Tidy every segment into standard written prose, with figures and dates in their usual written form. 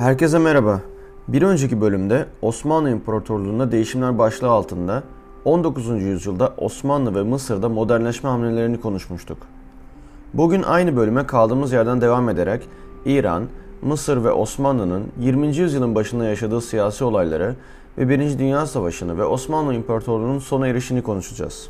Herkese merhaba. Bir önceki bölümde Osmanlı İmparatorluğu'nda değişimler başlığı altında 19. yüzyılda Osmanlı ve Mısır'da modernleşme hamlelerini konuşmuştuk. Bugün aynı bölüme kaldığımız yerden devam ederek İran, Mısır ve Osmanlı'nın 20. yüzyılın başında yaşadığı siyasi olayları ve 1. Dünya Savaşı'nı ve Osmanlı İmparatorluğu'nun sona erişini konuşacağız.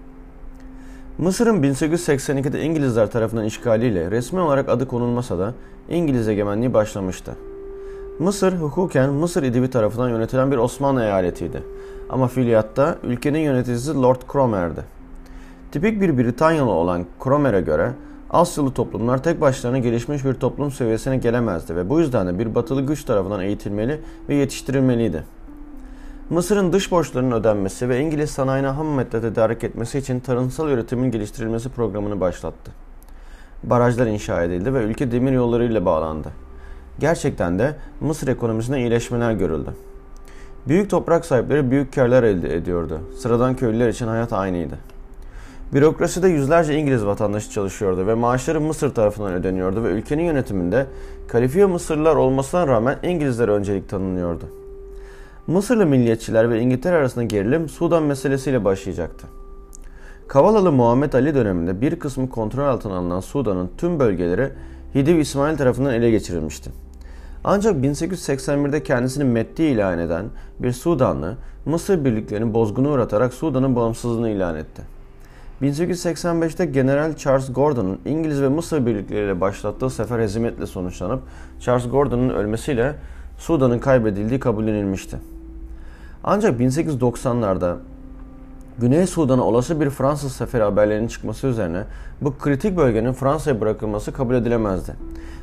Mısır'ın 1882'de İngilizler tarafından işgaliyle resmi olarak adı konulmasa da İngiliz egemenliği başlamıştı. Mısır, hukuken Mısır İdibi tarafından yönetilen bir Osmanlı eyaletiydi. Ama fiiliyatta ülkenin yöneticisi Lord Cromer'di. Tipik bir Britanyalı olan Cromer'e göre Asyalı toplumlar tek başlarına gelişmiş bir toplum seviyesine gelemezdi ve bu yüzden de bir batılı güç tarafından eğitilmeli ve yetiştirilmeliydi. Mısır'ın dış borçlarının ödenmesi ve İngiliz sanayine ham madde tedarik etmesi için tarımsal üretimin geliştirilmesi programını başlattı. Barajlar inşa edildi ve ülke demir yollarıyla bağlandı. Gerçekten de Mısır ekonomisinde iyileşmeler görüldü. Büyük toprak sahipleri büyük kârlar elde ediyordu. Sıradan köylüler için hayat aynıydı. Bürokraside yüzlerce İngiliz vatandaşı çalışıyordu ve maaşları Mısır tarafından ödeniyordu ve ülkenin yönetiminde kalifiye Mısırlılar olmasına rağmen İngilizlere öncelik tanınıyordu. Mısırlı milliyetçiler ve İngiltere arasında gerilim Sudan meselesiyle başlayacaktı. Kavalalı Muhammed Ali döneminde bir kısmı kontrol altına alınan Sudan'ın tüm bölgeleri Hidiv İsmail tarafından ele geçirilmişti. Ancak 1881'de kendisini Mehdi ilan eden bir Sudanlı, Mısır birliklerini bozguna uğratarak Sudan'ın bağımsızlığını ilan etti. 1885'te General Charles Gordon'un İngiliz ve Mısır birlikleriyle başlattığı sefer hezimetle sonuçlanıp Charles Gordon'un ölmesiyle Sudan'ın kaybedildiği kabullenilmişti. Ancak 1890'larda Güney Sudan'a olası bir Fransız seferi haberlerinin çıkması üzerine bu kritik bölgenin Fransa'ya bırakılması kabul edilemezdi.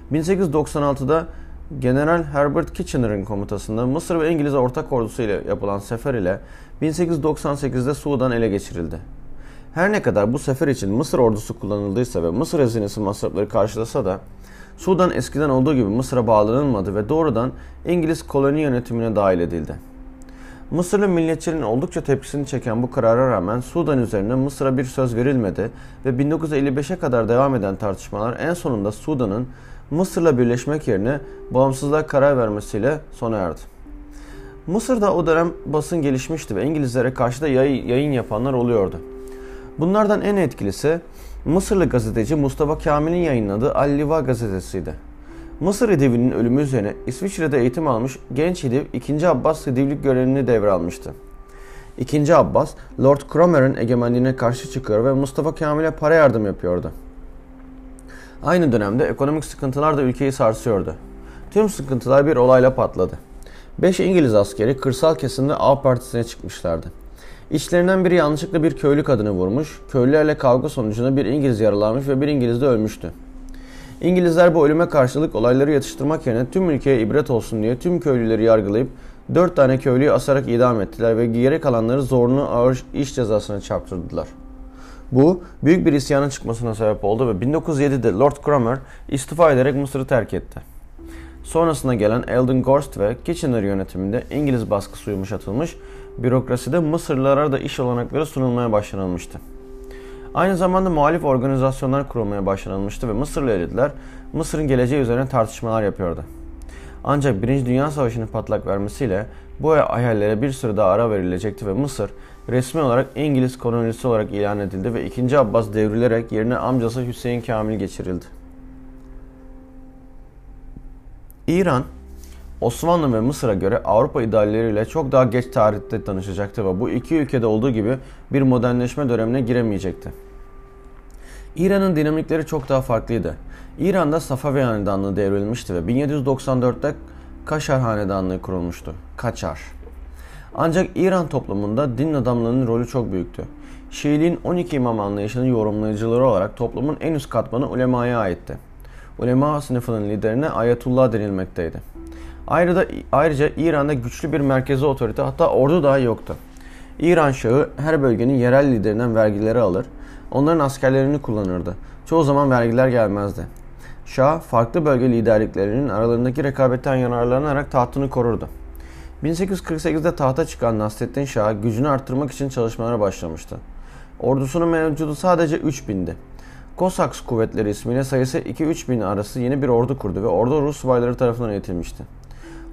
1896'da General Herbert Kitchener'ın komutasında Mısır ve İngiliz ortak ordusu ile yapılan sefer ile 1898'de Sudan ele geçirildi. Her ne kadar bu sefer için Mısır ordusu kullanıldıysa ve Mısır hazinesi masrafları karşılasa da Sudan eskiden olduğu gibi Mısır'a bağlanılmadı ve doğrudan İngiliz koloni yönetimine dahil edildi. Mısırlı milliyetçilerin oldukça tepkisini çeken bu karara rağmen Sudan üzerine Mısır'a bir söz verilmedi ve 1955'e kadar devam eden tartışmalar en sonunda Sudan'ın Mısır'la birleşmek yerine bağımsızlığa karar vermesiyle sona erdi. Mısır'da o dönem basın gelişmişti ve İngilizlere karşı da yayın yapanlar oluyordu. Bunlardan en etkilisi Mısırlı gazeteci Mustafa Kamil'in yayınladığı Al-Liva gazetesiydi. Mısır İdivi'nin ölümü üzerine İsviçre'de eğitim almış genç İdiv 2. Abbas İdivlik görevini devralmıştı. 2. Abbas, Lord Cromer'ın egemenliğine karşı çıkıyor ve Mustafa Kamil'e para yardım yapıyordu. Aynı dönemde ekonomik sıkıntılar da ülkeyi sarsıyordu. Tüm sıkıntılar bir olayla patladı. 5 İngiliz askeri kırsal kesimde A partisine çıkmışlardı. İçlerinden biri yanlışlıkla bir köylü kadını vurmuş, köylülerle kavga sonucunda bir İngiliz yaralanmış ve bir İngiliz de ölmüştü. İngilizler bu ölüme karşılık olayları yatıştırmak yerine tüm ülkeye ibret olsun diye tüm köylüleri yargılayıp 4 tane köylüyü asarak idam ettiler ve geri kalanları zorunlu ağır iş cezasına çarptırdılar. Bu büyük bir isyanın çıkmasına sebep oldu ve 1907'de Lord Cromer istifa ederek Mısır'ı terk etti. Sonrasında gelen Eldon Gorst ve Kitchener yönetiminde İngiliz baskısı yumuşatılmış, bürokraside Mısırlılara da iş olanakları sunulmaya başlanılmıştı. Aynı zamanda muhalif organizasyonlar kurulmaya başlanılmıştı ve Mısırlı elitler Mısır'ın geleceği üzerine tartışmalar yapıyordu. Ancak 1. Dünya Savaşı'nın patlak vermesiyle bu hayallere bir süre daha ara verilecekti ve Mısır resmi olarak İngiliz kolonisi olarak ilan edildi ve 2. Abbas devrilerek yerine amcası Hüseyin Kamil geçirildi. İran, Osmanlı ve Mısır'a göre Avrupa idealleriyle çok daha geç tarihte tanışacaktı ve bu iki ülkede olduğu gibi bir modernleşme dönemine giremeyecekti. İran'ın dinamikleri çok daha farklıydı. İran'da Safavi Hanedanlığı devrilmişti ve 1794'te Kaşar Hanedanlığı kurulmuştu. Kaçar. Ancak İran toplumunda din adamlarının rolü çok büyüktü. Şiiliğin 12 imam anlayışının yorumlayıcıları olarak toplumun en üst katmanı ulemaya aitti. Ulema sınıfının liderine Ayetullah denilmekteydi. Ayrıca İran'da güçlü bir merkezi otorite, hatta ordu dahi yoktu. İran Şahı her bölgenin yerel liderinden vergileri alır, onların askerlerini kullanırdı. Çoğu zaman vergiler gelmezdi. Şah, farklı bölge liderliklerinin aralarındaki rekabetten yararlanarak tahtını korurdu. 1848'de tahta çıkan Nasreddin Şah gücünü arttırmak için çalışmalara başlamıştı. Ordusunun mevcudu sadece 3000'di. Kosaks kuvvetleri ismiyle sayısı 2-3 bin arası yeni bir ordu kurdu ve ordu Rus subayları tarafından eğitilmişti.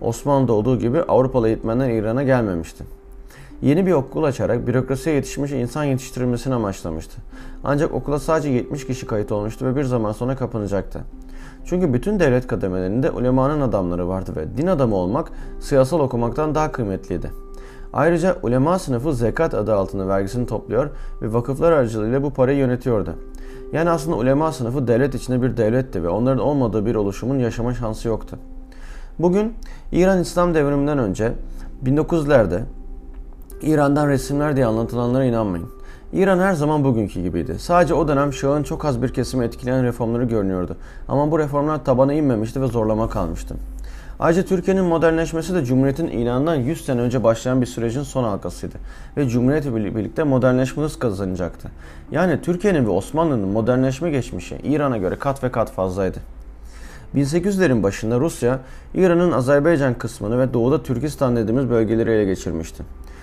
Osmanlı'da olduğu gibi Avrupalı eğitmenler İran'a gelmemişti. Yeni bir okul açarak bürokrasiye yetişmiş insan yetiştirilmesini amaçlamıştı. Ancak okula sadece 70 kişi kayıt olmuştu ve bir zaman sonra kapanacaktı. Çünkü bütün devlet kademelerinde ulemanın adamları vardı ve din adamı olmak siyasal okumaktan daha kıymetliydi. Ayrıca ulema sınıfı zekat adı altında vergisini topluyor ve vakıflar aracılığıyla bu parayı yönetiyordu. Yani aslında ulema sınıfı devlet içinde bir devletti ve onların olmadığı bir oluşumun yaşama şansı yoktu. Bugün İran İslam devriminden önce 1900'lerde İran'dan resimler diye anlatılanlara inanmayın. İran her zaman bugünkü gibiydi. Sadece o dönem Şah'ın çok az bir kesimi etkileyen reformları görünüyordu. Ama bu reformlar tabana inmemişti ve zorlama kalmıştı. Ayrıca Türkiye'nin modernleşmesi de Cumhuriyet'in ilanından 100 sene önce başlayan bir sürecin son halkasıydı. Ve Cumhuriyet ile birlikte modernleşme hız kazanacaktı. Yani Türkiye'nin ve Osmanlı'nın modernleşme geçmişi İran'a göre kat ve kat fazlaydı. 1800'lerin başında Rusya, İran'ın Azerbaycan kısmını ve doğuda Türkistan dediğimiz bölgeleri ele geçirmişti.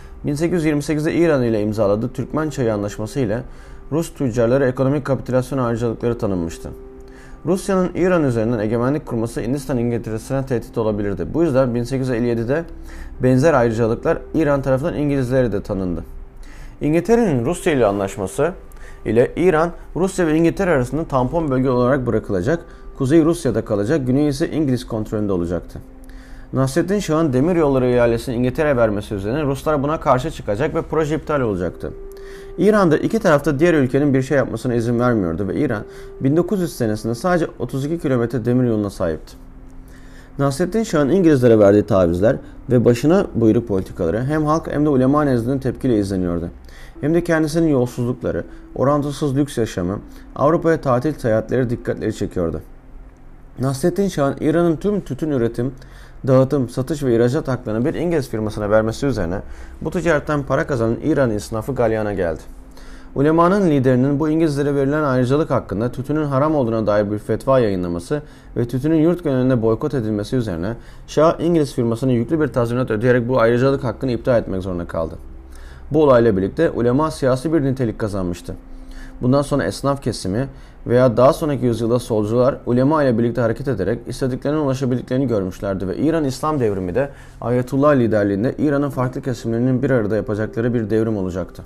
1828'de İran ile imzaladığı Türkmen Çayı Anlaşması ile Rus tüccarlara ekonomik kapitülasyon ayrıcalıkları tanınmıştı. Rusya'nın İran üzerinden egemenlik kurması Hindistan İngiltere'sine tehdit olabilirdi. Bu yüzden 1857'de benzer ayrıcalıklar İran tarafından İngilizlere de tanındı. İngiltere'nin Rusya ile anlaşması ile İran, Rusya ve İngiltere arasında tampon bölge olarak bırakılacak, Kuzey Rusya'da kalacak, Güney ise İngiliz kontrolünde olacaktı. Nasreddin Şah'ın demiryolları ihalesini İngiltere'ye vermesi üzerine Ruslar buna karşı çıkacak ve proje iptal olacaktı. İran'da iki tarafta diğer ülkenin bir şey yapmasına izin vermiyordu ve İran 1900 senesinde sadece 32 kilometre demiryoluna sahipti. Nasreddin Şah'ın İngilizlere verdiği tavizler ve başına buyruk politikaları hem halk hem de ulema nezdinde tepkiyle izleniyordu. Hem de kendisinin yolsuzlukları, orantısız lüks yaşamı, Avrupa'ya tatil seyahatleri dikkatleri çekiyordu. Nasreddin Şah'ın İran'ın tüm tütün üretim, dağıtım, satış ve ihracat haklarını bir İngiliz firmasına vermesi üzerine bu ticaretten para kazanan İran esnafı galyana geldi. Ulemanın liderinin bu İngilizlere verilen ayrıcalık hakkında tütünün haram olduğuna dair bir fetva yayınlaması ve tütünün yurt genelinde boykot edilmesi üzerine Şah İngiliz firmasına yüklü bir tazminat ödeyerek bu ayrıcalık hakkını iptal etmek zorunda kaldı. Bu olayla birlikte ulema siyasi bir nitelik kazanmıştı. Bundan sonra esnaf kesimi veya daha sonraki yüzyılda solcular ulema ile birlikte hareket ederek istediklerine ulaşabildiklerini görmüşlerdi ve İran İslam devrimi de Ayetullah liderliğinde İran'ın farklı kesimlerinin bir arada yapacakları bir devrim olacaktı.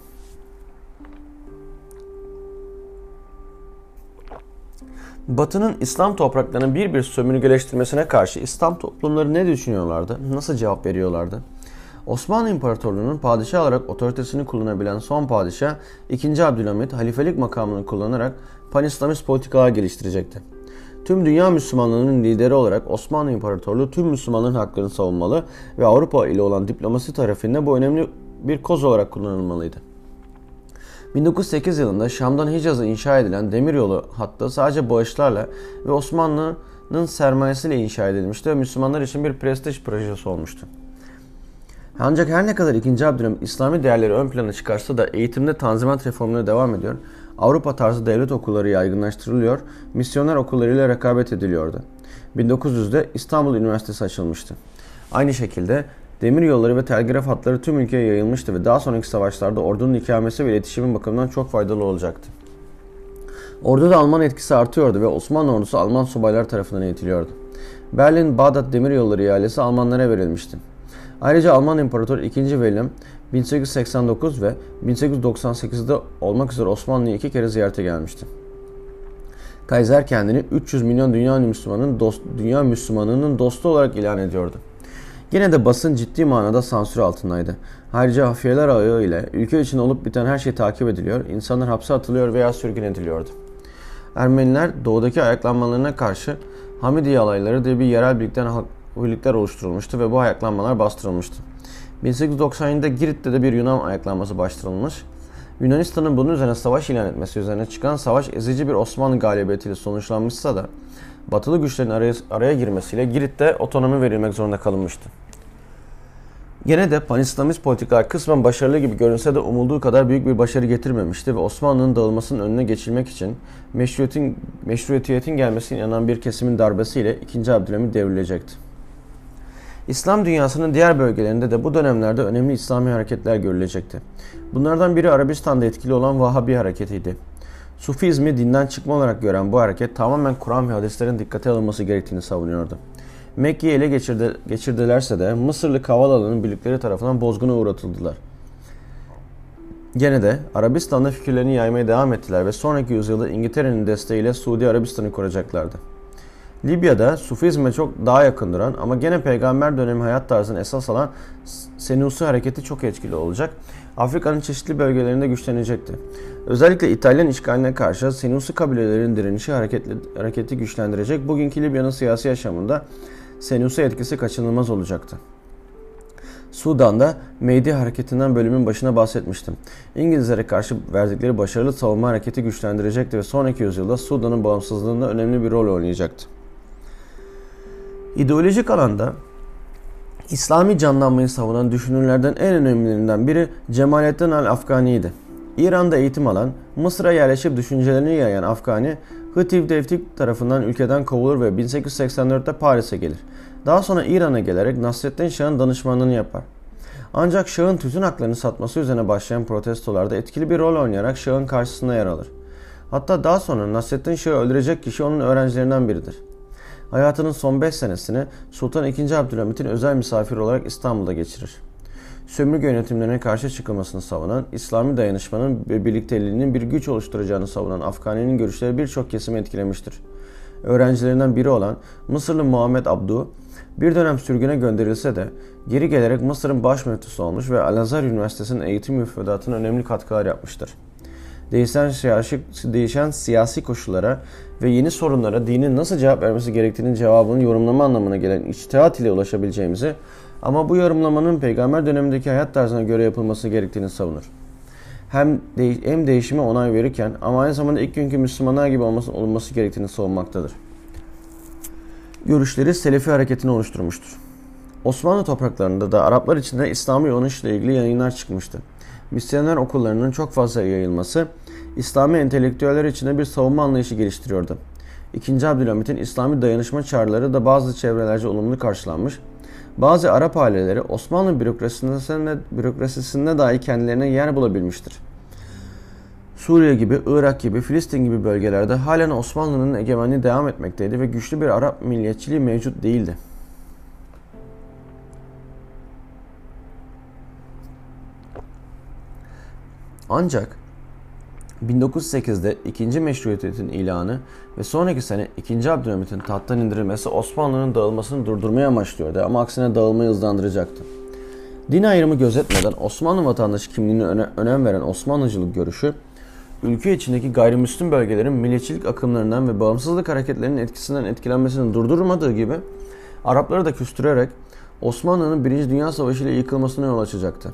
Batı'nın İslam topraklarının bir sömürgeleştirmesine karşı İslam toplumları ne düşünüyorlardı, nasıl cevap veriyorlardı? Osmanlı İmparatorluğu'nun padişah olarak otoritesini kullanabilen son padişah 2. Abdülhamit halifelik makamını kullanarak pan-İslamist politikalar geliştirecekti. Tüm dünya Müslümanlığının lideri olarak Osmanlı İmparatorluğu tüm Müslümanların haklarını savunmalı ve Avrupa ile olan diplomasi tarafında bu önemli bir koz olarak kullanılmalıydı. 1908 yılında Şam'dan Hicaz'a inşa edilen demiryolu hattı sadece bağışlarla ve Osmanlı'nın sermayesiyle inşa edilmişti ve Müslümanlar için bir prestij projesi olmuştu. Ancak her ne kadar 2. Abdülhamit İslami değerleri ön plana çıkarsa da eğitimde tanzimat reformları devam ediyor, Avrupa tarzı devlet okulları yaygınlaştırılıyor, misyoner okullarıyla rekabet ediliyordu. 1900'de İstanbul Üniversitesi açılmıştı. Aynı şekilde demiryolları ve telgraf hatları tüm ülkeye yayılmıştı ve daha sonraki savaşlarda ordunun ikamesi ve iletişimin bakımından çok faydalı olacaktı. Orduda Alman etkisi artıyordu ve Osmanlı ordusu Alman subaylar tarafından eğitiliyordu. Berlin-Bağdat demiryolları ihalesi Almanlara verilmişti. Ayrıca Alman İmparatoru II. Wilhelm 1889 ve 1898'de olmak üzere Osmanlı'yı 2 kere ziyarete gelmişti. Kaiser kendini 300 milyon dünya Müslümanının dostu olarak ilan ediyordu. Yine de basın ciddi manada sansür altındaydı. Ayrıca hafiyeler ağı ile ülke içinde olup biten her şey takip ediliyor, insanlar hapse atılıyor veya sürgün ediliyordu. Ermeniler doğudaki ayaklanmalarına karşı Hamidiye alayları diye bir yerel birlikler oluşturulmuştu ve bu ayaklanmalar bastırılmıştı. 1897'de Girit'te de bir Yunan ayaklanması başlatılmış. Yunanistan'ın bunun üzerine savaş ilan etmesi üzerine çıkan savaş ezici bir Osmanlı galibiyetiyle sonuçlanmışsa da Batılı güçlerin araya girmesiyle Girit'te otonomi verilmek zorunda kalınmıştı. Gene de pan-İslamist politikalar kısmen başarılı gibi görünse de umulduğu kadar büyük bir başarı getirmemişti ve Osmanlı'nın dağılmasının önüne geçilmek için meşrutiyetin gelmesine inanan bir kesimin darbesiyle 2. Abdülhamit devrilecekti. İslam dünyasının diğer bölgelerinde de bu dönemlerde önemli İslami hareketler görülecekti. Bunlardan biri Arabistan'da etkili olan Vahabi hareketiydi. Sufizmi dinden çıkma olarak gören bu hareket tamamen Kur'an ve hadislerin dikkate alınması gerektiğini savunuyordu. Mekke'yi ele geçirdilerse de Mısırlı Kavalalı'nın birlikleri tarafından bozguna uğratıldılar. Gene de Arabistan'da fikirlerini yaymaya devam ettiler ve sonraki yüzyılda İngiltere'nin desteğiyle Suudi Arabistan'ı kuracaklardı. Libya'da Sufizme çok daha yakın duran ama gene peygamber dönemi hayat tarzını esas alan Senusi hareketi çok etkili olacak. Afrika'nın çeşitli bölgelerinde güçlenecekti. Özellikle İtalyan işgaline karşı Senusi kabilelerin direnişi hareketi güçlendirecek. Bugünkü Libya'nın siyasi yaşamında Senusi etkisi kaçınılmaz olacaktı. Sudan'da Mehdi hareketinden bölümün başına bahsetmiştim. İngilizlere karşı verdikleri başarılı savunma hareketi güçlendirecekti ve sonraki yüzyılda Sudan'ın bağımsızlığında önemli bir rol oynayacaktı. İdeolojik alanda İslami canlanmayı savunan düşünürlerden en önemlilerinden biri Cemalettin el-Afgani'ydi. İran'da eğitim alan, Mısır'a yerleşip düşüncelerini yayan Afgani, Hıtiv Tevfik tarafından ülkeden kovulur ve 1884'te Paris'e gelir. Daha sonra İran'a gelerek Nasreddin Şah'ın danışmanlığını yapar. Ancak Şah'ın tütün haklarını satması üzerine başlayan protestolarda etkili bir rol oynayarak Şah'ın karşısında yer alır. Hatta daha sonra Nasreddin Şah'ı öldürecek kişi onun öğrencilerinden biridir. Hayatının son 5 senesini Sultan II. Abdülhamit'in özel misafiri olarak İstanbul'da geçirir. Sömürge yönetimlerine karşı çıkılmasını savunan, İslami dayanışmanın ve birlikteliğinin bir güç oluşturacağını savunan Afgani'nin görüşleri birçok kesimi etkilemiştir. Öğrencilerinden biri olan Mısırlı Muhammed Abdu, bir dönem sürgüne gönderilse de geri gelerek Mısır'ın baş müftüsü olmuş ve Al-Azhar Üniversitesi'nin eğitim müfredatına önemli katkılar yapmıştır. Değişen siyasi koşullara ve yeni sorunlara dinin nasıl cevap vermesi gerektiğinin cevabını yorumlama anlamına gelen içtihat ile ulaşabileceğimizi ama bu yorumlamanın peygamber dönemindeki hayat tarzına göre yapılması gerektiğini savunur. Hem değişime onay verirken ama aynı zamanda ilk günkü Müslümanlar gibi olması gerektiğini savunmaktadır. Görüşleri Selefi hareketini oluşturmuştur. Osmanlı topraklarında da Araplar içinde İslami yoğunlukla ilgili yayınlar çıkmıştı. Misyoner okullarının çok fazla yayılması, İslami entelektüeller içinde bir savunma anlayışı geliştiriyordu. II. Abdülhamit'in İslami dayanışma çağrıları da bazı çevrelerce olumlu karşılanmış. Bazı Arap aileleri Osmanlı bürokrasisinde dahi kendilerine yer bulabilmiştir. Suriye gibi, Irak gibi, Filistin gibi bölgelerde halen Osmanlı'nın egemenliği devam etmekteydi ve güçlü bir Arap milliyetçiliği mevcut değildi. Ancak 1908'de 2. Meşrutiyet'in ilanı ve sonraki sene 2. Abdülhamit'in tahttan indirilmesi Osmanlı'nın dağılmasını durdurmaya amaçlıyordu ama aksine dağılmayı hızlandıracaktı. Din ayrımı gözetmeden Osmanlı vatandaşı kimliğine önem veren Osmanlıcılık görüşü, ülke içindeki gayrimüslim bölgelerin milliyetçilik akımlarından ve bağımsızlık hareketlerinin etkisinden etkilenmesini durdurmadığı gibi Arapları da küstürerek Osmanlı'nın 1. Dünya Savaşı ile yıkılmasına yol açacaktı.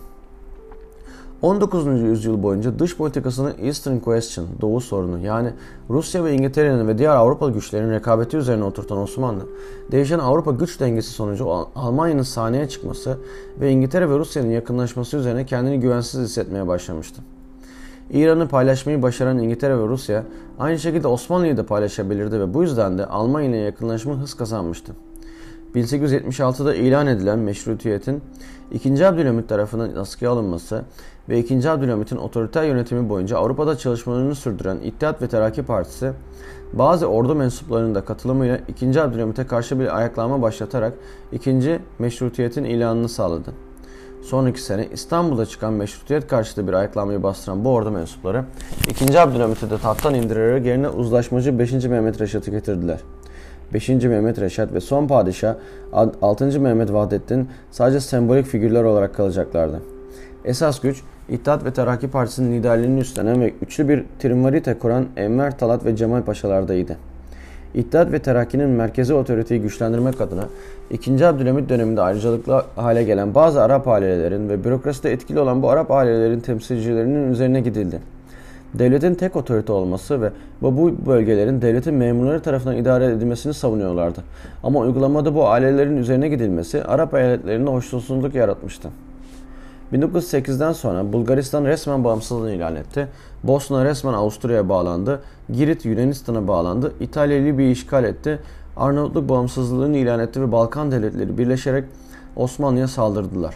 19. yüzyıl boyunca dış politikasını Eastern Question, Doğu sorunu yani Rusya ve İngiltere'nin ve diğer Avrupa güçlerinin rekabeti üzerine oturtan Osmanlı, değişen Avrupa güç dengesi sonucu Almanya'nın sahneye çıkması ve İngiltere ve Rusya'nın yakınlaşması üzerine kendini güvensiz hissetmeye başlamıştı. İran'ı paylaşmayı başaran İngiltere ve Rusya aynı şekilde Osmanlı'yı da paylaşabilirdi ve bu yüzden de Almanya ile yakınlaşma hız kazanmıştı. 1876'da ilan edilen Meşrutiyet'in II. Abdülhamit tarafından askıya alınması ve II. Abdülhamit'in otoriter yönetimi boyunca Avrupa'da çalışmalarını sürdüren İttihat ve Terakki Partisi, bazı ordu mensuplarının da katılımıyla II. Abdülhamit'e karşı bir ayaklanma başlatarak II. Meşrutiyet'in ilanını sağladı. Sonraki sene İstanbul'da çıkan Meşrutiyet karşıtı bir ayaklanmayı bastıran bu ordu mensupları II. Abdülhamit'i de tahttan indirerek yerine uzlaşmacı 5. Mehmet Reşat'ı getirdiler. 5. Mehmet Reşat ve son padişah 6. Mehmet Vahdettin sadece sembolik figürler olarak kalacaklardı. Esas güç İttihat ve Terakki Partisi'nin liderliğini üstlenen ve güçlü bir triumvirate kuran Enver, Talat ve Cemal Paşalardaydı. İttihat ve Terakki'nin merkezi otoriteyi güçlendirmek adına II. Abdülhamit döneminde ayrıcalıklı hale gelen bazı Arap ailelerin ve bürokraside etkili olan bu Arap ailelerin temsilcilerinin üzerine gidildi. Devletin tek otorite olması ve bu bölgelerin devletin memurları tarafından idare edilmesini savunuyorlardı. Ama uygulamada bu ailelerin üzerine gidilmesi Arap eyaletlerinde hoşnutsuzluk yaratmıştı. 1908'den sonra Bulgaristan resmen bağımsızlığını ilan etti. Bosna resmen Avusturya'ya bağlandı. Girit Yunanistan'a bağlandı. İtalya Libya'yı işgal etti. Arnavutluk bağımsızlığını ilan etti ve Balkan devletleri birleşerek Osmanlı'ya saldırdılar.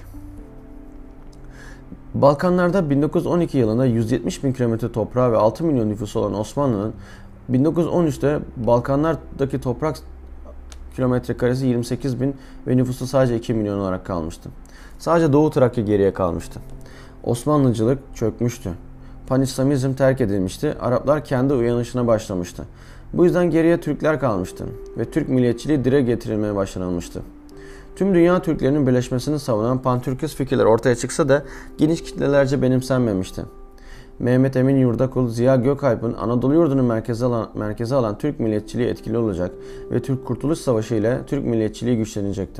Balkanlarda 1912 yılında 170 bin kilometre toprağı ve 6 milyon nüfusu olan Osmanlı'nın 1913'te Balkanlardaki toprak kilometre karesi 28 bin ve nüfusu sadece 2 milyon olarak kalmıştı. Sadece Doğu Trakya geriye kalmıştı. Osmanlıcılık çökmüştü. Panislamizm terk edilmişti. Araplar kendi uyanışına başlamıştı. Bu yüzden geriye Türkler kalmıştı ve Türk milliyetçiliği dile getirilmeye başlanılmıştı. Tüm dünya Türklerinin birleşmesini savunan pantürkist fikirler ortaya çıksa da geniş kitlelerce benimsenmemişti. Mehmet Emin Yurdakul, Ziya Gökalp'in Anadolu yurdunu merkeze alan Türk milliyetçiliği etkili olacak ve Türk Kurtuluş Savaşı ile Türk milliyetçiliği güçlenecekti.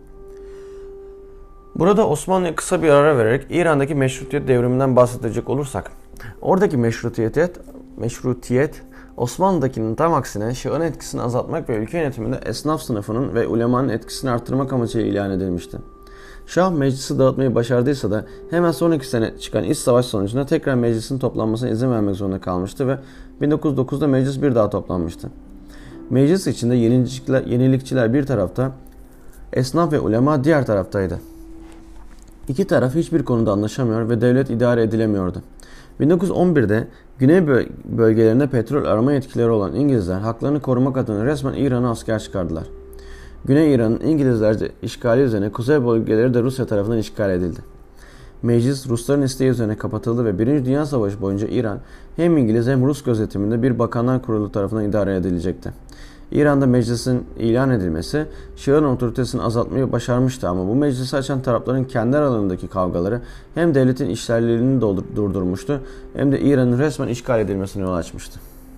Burada Osmanlı'ya kısa bir ara vererek İran'daki meşrutiyet devriminden bahsedecek olursak, oradaki meşrutiyet Osmanlı'dakinin tam aksine Şah'ın etkisini azaltmak ve ülke yönetiminde esnaf sınıfının ve ulemanın etkisini arttırmak amacıyla ilan edilmişti. Şah meclisi dağıtmayı başardıysa da hemen sonraki sene çıkan iç savaş sonucunda tekrar meclisin toplanmasına izin vermek zorunda kalmıştı ve 1909'da meclis bir daha toplanmıştı. Meclis içinde yenilikçiler bir tarafta, esnaf ve ulema diğer taraftaydı. İki taraf hiçbir konuda anlaşamıyor ve devlet idare edilemiyordu. 1911'de güney bölgelerinde petrol arama yetkileri olan İngilizler haklarını korumak adına resmen İran'a asker çıkardılar. Güney İran'ın İngilizlerce işgali üzerine kuzey bölgeleri de Rusya tarafından işgal edildi. Meclis Rusların isteği üzerine kapatıldı ve 1. Dünya Savaşı boyunca İran hem İngiliz hem Rus gözetiminde bir bakanlar kurulu tarafından idare edilecekti. İran'da meclisin ilan edilmesi Şah'ın otoritesini azaltmayı başarmıştı ama bu meclisi açan tarafların kendi aralarındaki kavgaları hem devletin işlerlerini durdurmuştu hem de İran'ın resmen işgal edilmesine yol açmıştı.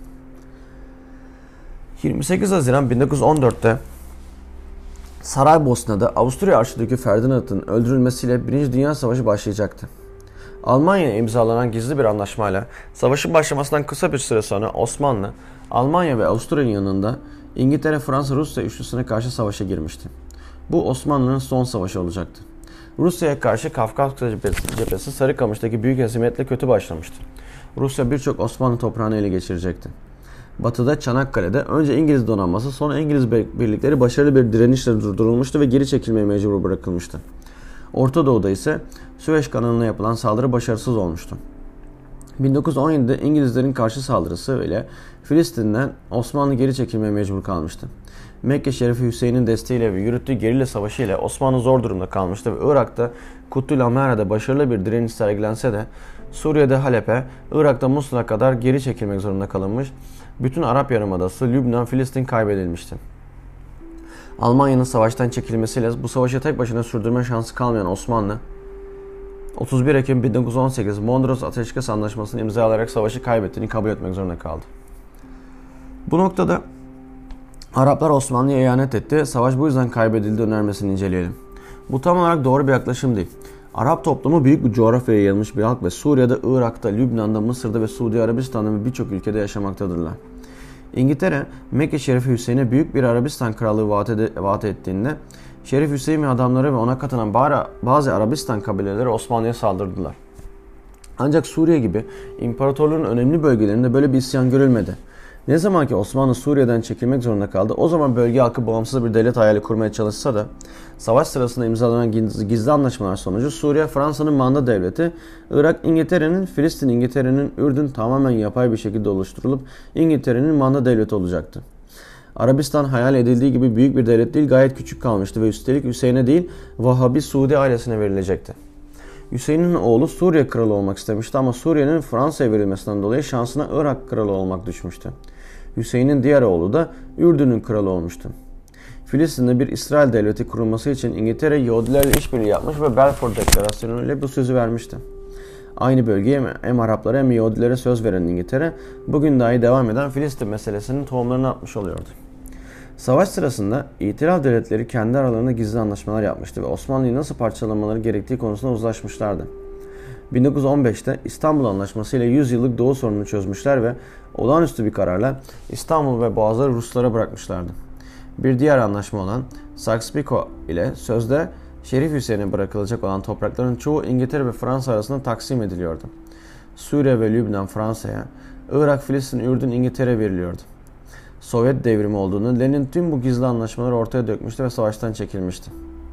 28 Haziran 1914'te Saraybosna'da Avusturya Arşidükü Ferdinand'ın öldürülmesiyle 1. Dünya Savaşı başlayacaktı. Almanya'ya imzalanan gizli bir anlaşmayla savaşın başlamasından kısa bir süre sonra Osmanlı, Almanya ve Avusturya'nın yanında İngiltere, Fransa, Rusya üçlüsüne karşı savaşa girmişti. Bu Osmanlı'nın son savaşı olacaktı. Rusya'ya karşı Kafkasya cephesi Sarıkamış'taki büyük hezimetle kötü başlamıştı. Rusya birçok Osmanlı toprağını ele geçirecekti. Batıda Çanakkale'de önce İngiliz donanması sonra İngiliz birlikleri başarılı bir direnişle durdurulmuştu ve geri çekilmeye mecbur bırakılmıştı. Orta Doğu'da ise Süveyş Kanalı'na yapılan saldırı başarısız olmuştu. 1917'de İngilizlerin karşı saldırısı ile Filistin'den Osmanlı geri çekilmeye mecbur kalmıştı. Mekke Şerifi Hüseyin'in desteğiyle ve yürüttüğü gerilla savaşı ile Osmanlı zor durumda kalmıştı ve Irak'ta Kutul Amara'da başarılı bir direniş sergilense de Suriye'de Halep'e, Irak'ta Musul'a kadar geri çekilmek zorunda kalınmış, bütün Arap Yarımadası, Lübnan, Filistin kaybedilmişti. Almanya'nın savaştan çekilmesiyle bu savaşı tek başına sürdürme şansı kalmayan Osmanlı, 31 Ekim 1918 Mondros Ateşkes Anlaşması'nı imzalayarak savaşı kaybettiğini kabul etmek zorunda kaldı. Bu noktada Araplar Osmanlı'ya ihanet etti, savaş bu yüzden kaybedildi önermesini inceleyelim. Bu tam olarak doğru bir yaklaşım değil. Arap toplumu büyük bir coğrafyaya yayılmış bir halk ve Suriye'de, Irak'ta, Lübnan'da, Mısır'da ve Suudi Arabistan'da ve birçok ülkede yaşamaktadırlar. İngiltere, Mekke Şerifi Hüseyin'e büyük bir Arabistan krallığı vaat ettiğinde Şerif Hüseyin ve adamları ve ona katılan bazı Arabistan kabileleri Osmanlı'ya saldırdılar. Ancak Suriye gibi imparatorluğun önemli bölgelerinde böyle bir isyan görülmedi. Ne zaman ki Osmanlı Suriye'den çekilmek zorunda kaldı, o zaman bölge halkı bağımsız bir devlet hayali kurmaya çalışsa da savaş sırasında imzalanan gizli anlaşmalar sonucu Suriye Fransa'nın manda devleti, Irak İngiltere'nin, Filistin İngiltere'nin, Ürdün tamamen yapay bir şekilde oluşturulup İngiltere'nin manda devleti olacaktı. Arabistan hayal edildiği gibi büyük bir devlet değil, gayet küçük kalmıştı ve üstelik Hüseyin'e değil Vahabi Suudi ailesine verilecekti. Hüseyin'in oğlu Suriye kralı olmak istemişti ama Suriye'nin Fransa'ya verilmesinden dolayı şansına Irak kralı olmak düşmüştü. Hüseyin'in diğer oğlu da Ürdün'ün kralı olmuştu. Filistin'de bir İsrail devleti kurulması için İngiltere Yahudilerle işbirliği yapmış ve Balfour Deklarasyonu ile bu sözü vermişti. Aynı bölgeye hem Araplara hem Yahudilere söz veren İngiltere, bugün dahi devam eden Filistin meselesinin tohumlarını atmış oluyordu. Savaş sırasında İtilaf devletleri kendi aralarında gizli anlaşmalar yapmıştı ve Osmanlı'yı nasıl parçalamaları gerektiği konusunda uzlaşmışlardı. 1915'te İstanbul Anlaşması ile 100 yıllık Doğu sorununu çözmüşler ve olağanüstü bir kararla İstanbul ve Boğazları Ruslara bırakmışlardı. Bir diğer anlaşma olan Sykes-Picot ile sözde Şerif Hüseyin'e bırakılacak olan toprakların çoğu İngiltere ve Fransa arasında taksim ediliyordu. Suriye ve Lübnan Fransa'ya, Irak, Filistin, Ürdün İngiltere veriliyordu. Sovyet devrimi olduğunu Lenin tüm bu gizli anlaşmaları ortaya dökmüştü ve savaştan çekilmişti.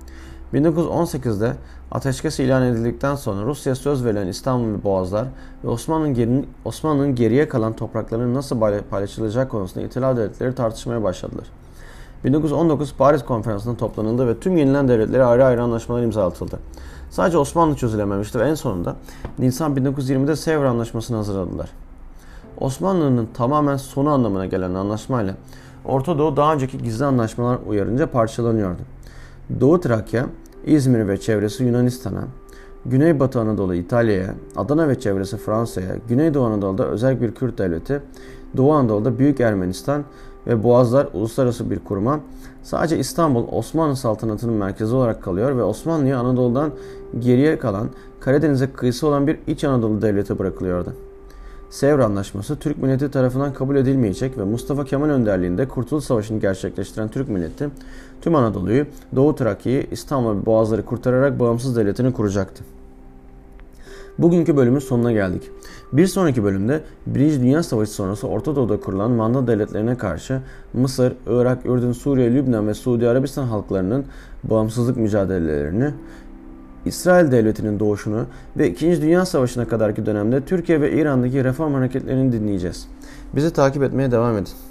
1918'de ateşkes ilan edildikten sonra Rusya'ya söz verilen İstanbul ve Boğazlar ve Osmanlı'nın geriye kalan topraklarının nasıl paylaşılacağı konusunda İtilaf devletleri tartışmaya başladılar. 1919 Paris Konferansı'nda toplanıldı ve tüm yenilen devletlere ayrı ayrı anlaşmalar imzalatıldı. Sadece Osmanlı çözülememişti ve en sonunda Nisan 1920'de Sevr Anlaşması'nı hazırladılar. Osmanlı'nın tamamen sonu anlamına gelen anlaşmayla Orta Doğu daha önceki gizli anlaşmalar uyarınca parçalanıyordu. Doğu Trakya, İzmir ve çevresi Yunanistan'a, Güneybatı Anadolu İtalya'ya, Adana ve çevresi Fransa'ya, Güneydoğu Anadolu'da özel bir Kürt devleti, Doğu Anadolu'da Büyük Ermenistan ve Boğazlar uluslararası bir kuruma, sadece İstanbul Osmanlı saltanatının merkezi olarak kalıyor ve Osmanlı'ya Anadolu'dan geriye kalan Karadeniz'e kıyısı olan bir İç Anadolu devleti bırakılıyordu. Sevr Anlaşması Türk milleti tarafından kabul edilmeyecek ve Mustafa Kemal önderliğinde Kurtuluş Savaşı'nı gerçekleştiren Türk milleti tüm Anadolu'yu, Doğu Trakya'yı, İstanbul ve Boğazları kurtararak bağımsız devletini kuracaktı. Bugünkü bölümün sonuna geldik. Bir sonraki bölümde 1. Dünya Savaşı sonrası Orta Doğu'da kurulan manda devletlerine karşı Mısır, Irak, Ürdün, Suriye, Lübnan ve Suudi Arabistan halklarının bağımsızlık mücadelelerini, İsrail Devleti'nin doğuşunu ve 2. Dünya Savaşı'na kadarki dönemde Türkiye ve İran'daki reform hareketlerini dinleyeceğiz. Bizi takip etmeye devam edin.